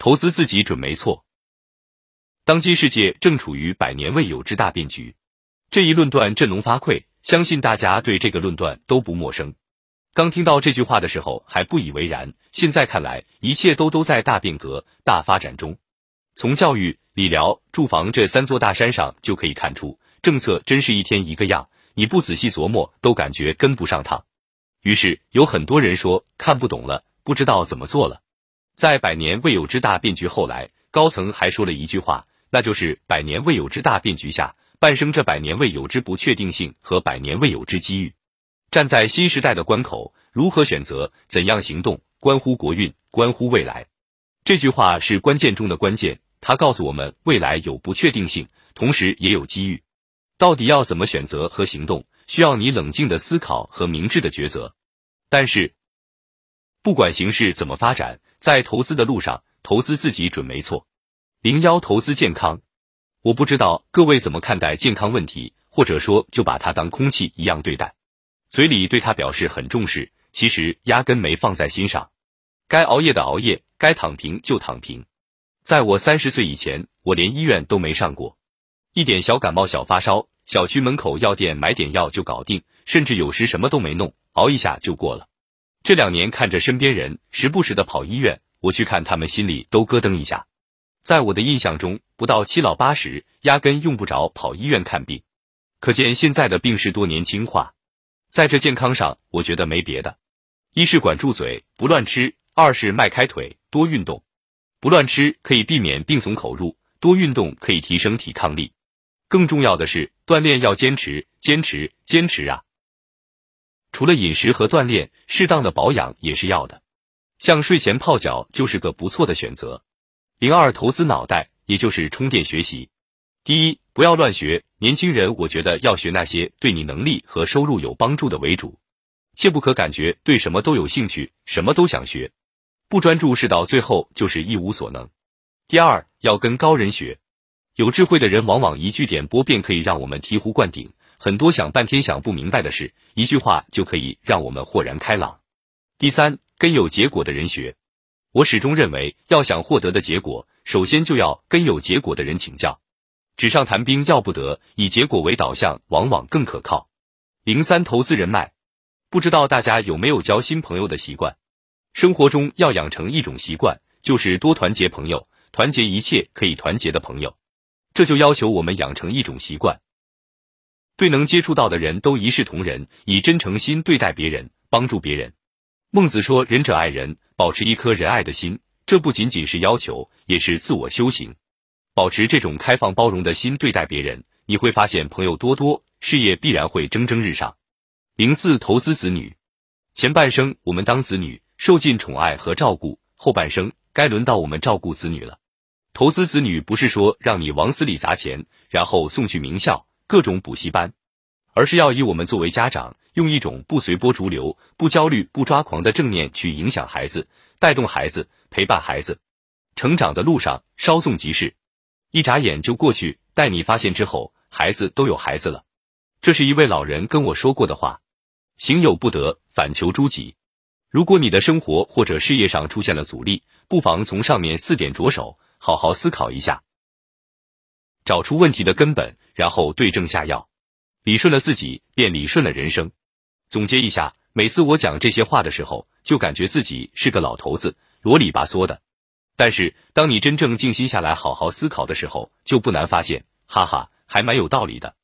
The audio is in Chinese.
投资自己准没错。当今世界正处于百年未有之大变局，这一论断振聋发聩，相信大家对这个论断都不陌生。刚听到这句话的时候还不以为然，现在看来一切都在大变革、大发展中。从教育、理疗、住房这三座大山上就可以看出，政策真是一天一个样，你不仔细琢磨都感觉跟不上趟。于是有很多人说看不懂了，不知道怎么做了。在百年未有之大变局后来，高层还说了一句话，那就是百年未有之大变局下，伴生这百年未有之不确定性和百年未有之机遇。站在新时代的关口，如何选择，怎样行动，关乎国运，关乎未来。这句话是关键中的关键，它告诉我们未来有不确定性，同时也有机遇。到底要怎么选择和行动，需要你冷静的思考和明智的抉择。但是，不管形势怎么发展，在投资的路上，投资自己准没错。01投资健康。我不知道各位怎么看待健康问题，或者说就把它当空气一样对待。嘴里对它表示很重视，其实压根没放在心上。该熬夜的熬夜，该躺平就躺平。在我30岁以前，我连医院都没上过。一点小感冒小发烧，小区门口药店买点药就搞定，甚至有时什么都没弄，熬一下就过了。这2年看着身边人时不时的跑医院，我去看他们心里都咯噔一下。在我的印象中，不到7老80，压根用不着跑医院看病。可见现在的病是多年轻化。在这健康上，我觉得没别的，一是管住嘴，不乱吃；二是迈开腿，多运动。不乱吃可以避免病从口入，多运动可以提升抵抗力。更重要的是，锻炼要坚持，坚持，坚持啊！除了饮食和锻炼，适当的保养也是要的。像睡前泡脚就是个不错的选择。02投资脑袋，也就是充电学习。第一，不要乱学，年轻人我觉得要学那些对你能力和收入有帮助的为主，切不可感觉对什么都有兴趣，什么都想学，不专注是到最后就是一无所能。第二，要跟高人学，有智慧的人往往一句点拨便可以让我们醍醐灌顶，很多想半天想不明白的事，一句话就可以让我们豁然开朗。第三，跟有结果的人学，我始终认为要想获得的结果，首先就要跟有结果的人请教。纸上谈兵要不得，以结果为导向往往更可靠。03投资人脉，不知道大家有没有交新朋友的习惯？生活中要养成一种习惯，就是多团结朋友，团结一切可以团结的朋友。这就要求我们养成一种习惯，对能接触到的人都一视同仁，以真诚心对待别人，帮助别人。孟子说仁者爱人，保持一颗仁爱的心，这不仅仅是要求，也是自我修行。保持这种开放包容的心对待别人，你会发现朋友多多，事业必然会蒸蒸日上。04投资子女，前半生我们当子女，受尽宠爱和照顾，后半生该轮到我们照顾子女了。投资子女不是说让你往死里砸钱，然后送去名校、各种补习班，而是要以我们作为家长，用一种不随波逐流、不焦虑、不抓狂的正念去影响孩子，带动孩子，陪伴孩子。成长的路上稍纵即逝，一眨眼就过去，待你发现之后，孩子都有孩子了。这是一位老人跟我说过的话。行有不得，反求诸己。如果你的生活或者事业上出现了阻力，不妨从上面4点着手，好好思考一下，找出问题的根本，然后对症下药，理顺了自己，便理顺了人生。总结一下，每次我讲这些话的时候，就感觉自己是个老头子，啰里吧嗦的。但是当你真正静心下来好好思考的时候，就不难发现，哈哈，还蛮有道理的。